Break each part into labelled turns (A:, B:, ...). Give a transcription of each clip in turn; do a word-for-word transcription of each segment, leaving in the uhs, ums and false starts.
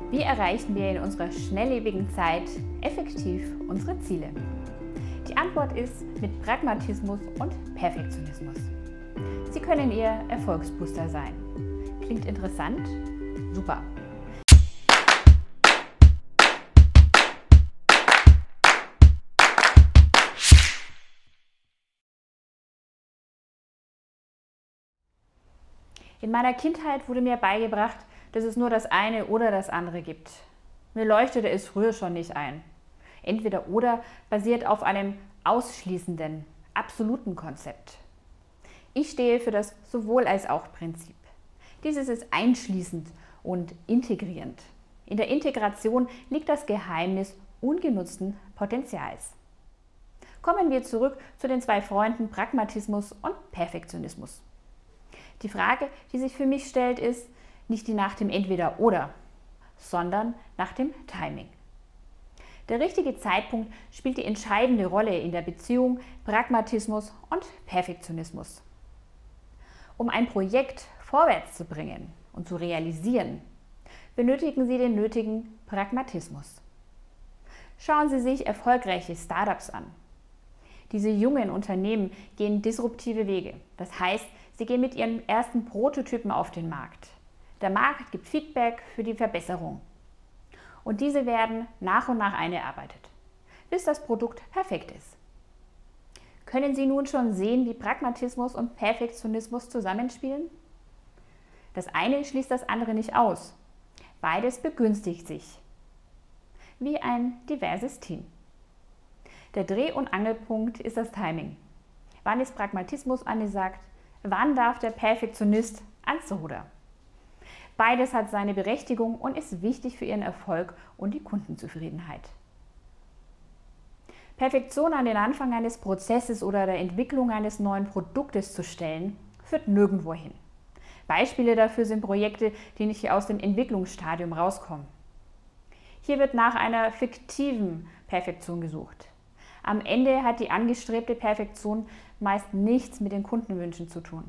A: Wie erreichen wir in unserer schnelllebigen Zeit effektiv unsere Ziele? Die Antwort ist mit Pragmatismus und Perfektionismus. Sie können Ihr Erfolgsbooster sein. Klingt interessant? Super! In meiner Kindheit wurde mir beigebracht, dass es nur das eine oder das andere gibt. Mir leuchtete es früher schon nicht ein. Entweder oder basiert auf einem ausschließenden, absoluten Konzept. Ich stehe für das Sowohl als auch Prinzip. Dieses ist einschließend und integrierend. In der Integration liegt das Geheimnis ungenutzten Potenzials. Kommen wir zurück zu den zwei Freunden Pragmatismus und Perfektionismus. Die Frage, die sich für mich stellt, ist nicht die nach dem Entweder-Oder, sondern nach dem Timing. Der richtige Zeitpunkt spielt die entscheidende Rolle in der Beziehung Pragmatismus und Perfektionismus. Um ein Projekt vorwärts zu bringen und zu realisieren, benötigen Sie den nötigen Pragmatismus. Schauen Sie sich erfolgreiche Startups an. Diese jungen Unternehmen gehen disruptive Wege. Das heißt, sie gehen mit ihren ersten Prototypen auf den Markt. Der Markt gibt Feedback für die Verbesserung. Und diese werden nach und nach eingearbeitet, bis das Produkt perfekt ist. Können Sie nun schon sehen, wie Pragmatismus und Perfektionismus zusammenspielen? Das eine schließt das andere nicht aus. Beides begünstigt sich. Wie ein diverses Team. Der Dreh- und Angelpunkt ist das Timing. Wann ist Pragmatismus angesagt? Wann darf der Perfektionist ans Ruder? Beides hat seine Berechtigung und ist wichtig für Ihren Erfolg und die Kundenzufriedenheit. Perfektion an den Anfang eines Prozesses oder der Entwicklung eines neuen Produktes zu stellen, führt nirgendwo hin. Beispiele dafür sind Projekte, die nicht aus dem Entwicklungsstadium rauskommen. Hier wird nach einer fiktiven Perfektion gesucht. Am Ende hat die angestrebte Perfektion meist nichts mit den Kundenwünschen zu tun.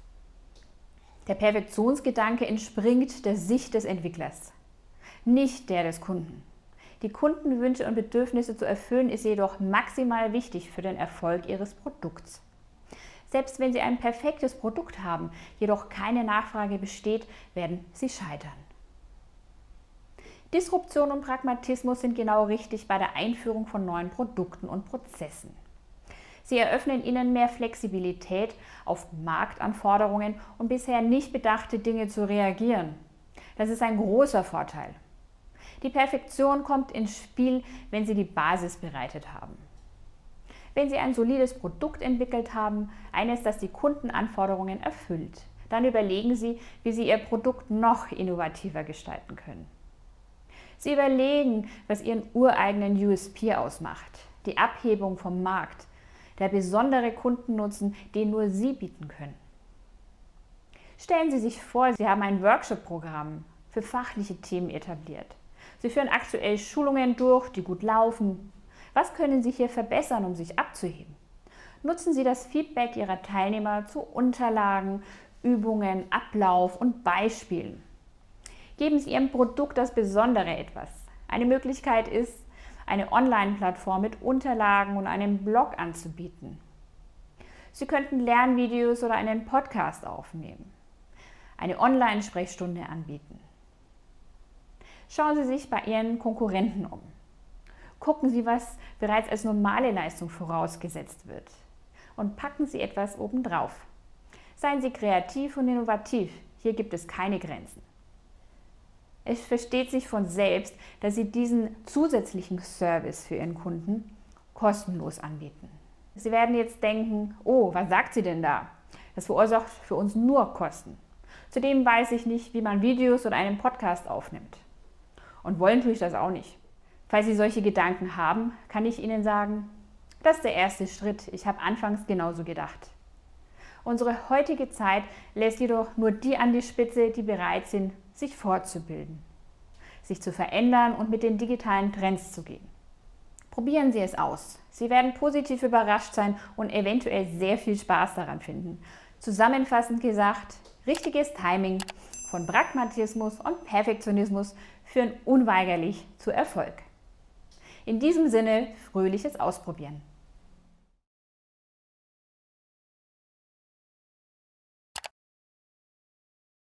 A: Der Perfektionsgedanke entspringt der Sicht des Entwicklers, nicht der des Kunden. Die Kundenwünsche und Bedürfnisse zu erfüllen ist jedoch maximal wichtig für den Erfolg Ihres Produkts. Selbst wenn Sie ein perfektes Produkt haben, jedoch keine Nachfrage besteht, werden Sie scheitern. Disruption und Pragmatismus sind genau richtig bei der Einführung von neuen Produkten und Prozessen. Sie eröffnen Ihnen mehr Flexibilität, auf Marktanforderungen und bisher nicht bedachte Dinge zu reagieren. Das ist ein großer Vorteil. Die Perfektion kommt ins Spiel, wenn Sie die Basis bereitet haben. Wenn Sie ein solides Produkt entwickelt haben, eines, das die Kundenanforderungen erfüllt, dann überlegen Sie, wie Sie Ihr Produkt noch innovativer gestalten können. Sie überlegen, was Ihren ureigenen U S P ausmacht, die Abhebung vom Markt, der besondere Kundennutzen, den nur Sie bieten können. Stellen Sie sich vor, Sie haben ein Workshop-Programm für fachliche Themen etabliert. Sie führen aktuell Schulungen durch, die gut laufen. Was können Sie hier verbessern, um sich abzuheben? Nutzen Sie das Feedback Ihrer Teilnehmer zu Unterlagen, Übungen, Ablauf und Beispielen. Geben Sie Ihrem Produkt das Besondere etwas. Eine Möglichkeit ist, eine Online-Plattform mit Unterlagen und einem Blog anzubieten. Sie könnten Lernvideos oder einen Podcast aufnehmen, eine Online-Sprechstunde anbieten. Schauen Sie sich bei Ihren Konkurrenten um. Gucken Sie, was bereits als normale Leistung vorausgesetzt wird. Und packen Sie etwas obendrauf. Seien Sie kreativ und innovativ. Hier gibt es keine Grenzen. Es versteht sich von selbst, dass Sie diesen zusätzlichen Service für Ihren Kunden kostenlos anbieten. Sie werden jetzt denken, oh, was sagt sie denn da? Das verursacht für uns nur Kosten. Zudem weiß ich nicht, wie man Videos oder einen Podcast aufnimmt. Und wollen tue ich das auch nicht. Falls Sie solche Gedanken haben, kann ich Ihnen sagen, das ist der erste Schritt. Ich habe anfangs genauso gedacht. Unsere heutige Zeit lässt jedoch nur die an die Spitze, die bereit sind, sich fortzubilden, sich zu verändern und mit den digitalen Trends zu gehen. Probieren Sie es aus. Sie werden positiv überrascht sein und eventuell sehr viel Spaß daran finden. Zusammenfassend gesagt, richtiges Timing, von Pragmatismus und Perfektionismus führen unweigerlich zu Erfolg. In diesem Sinne fröhliches Ausprobieren.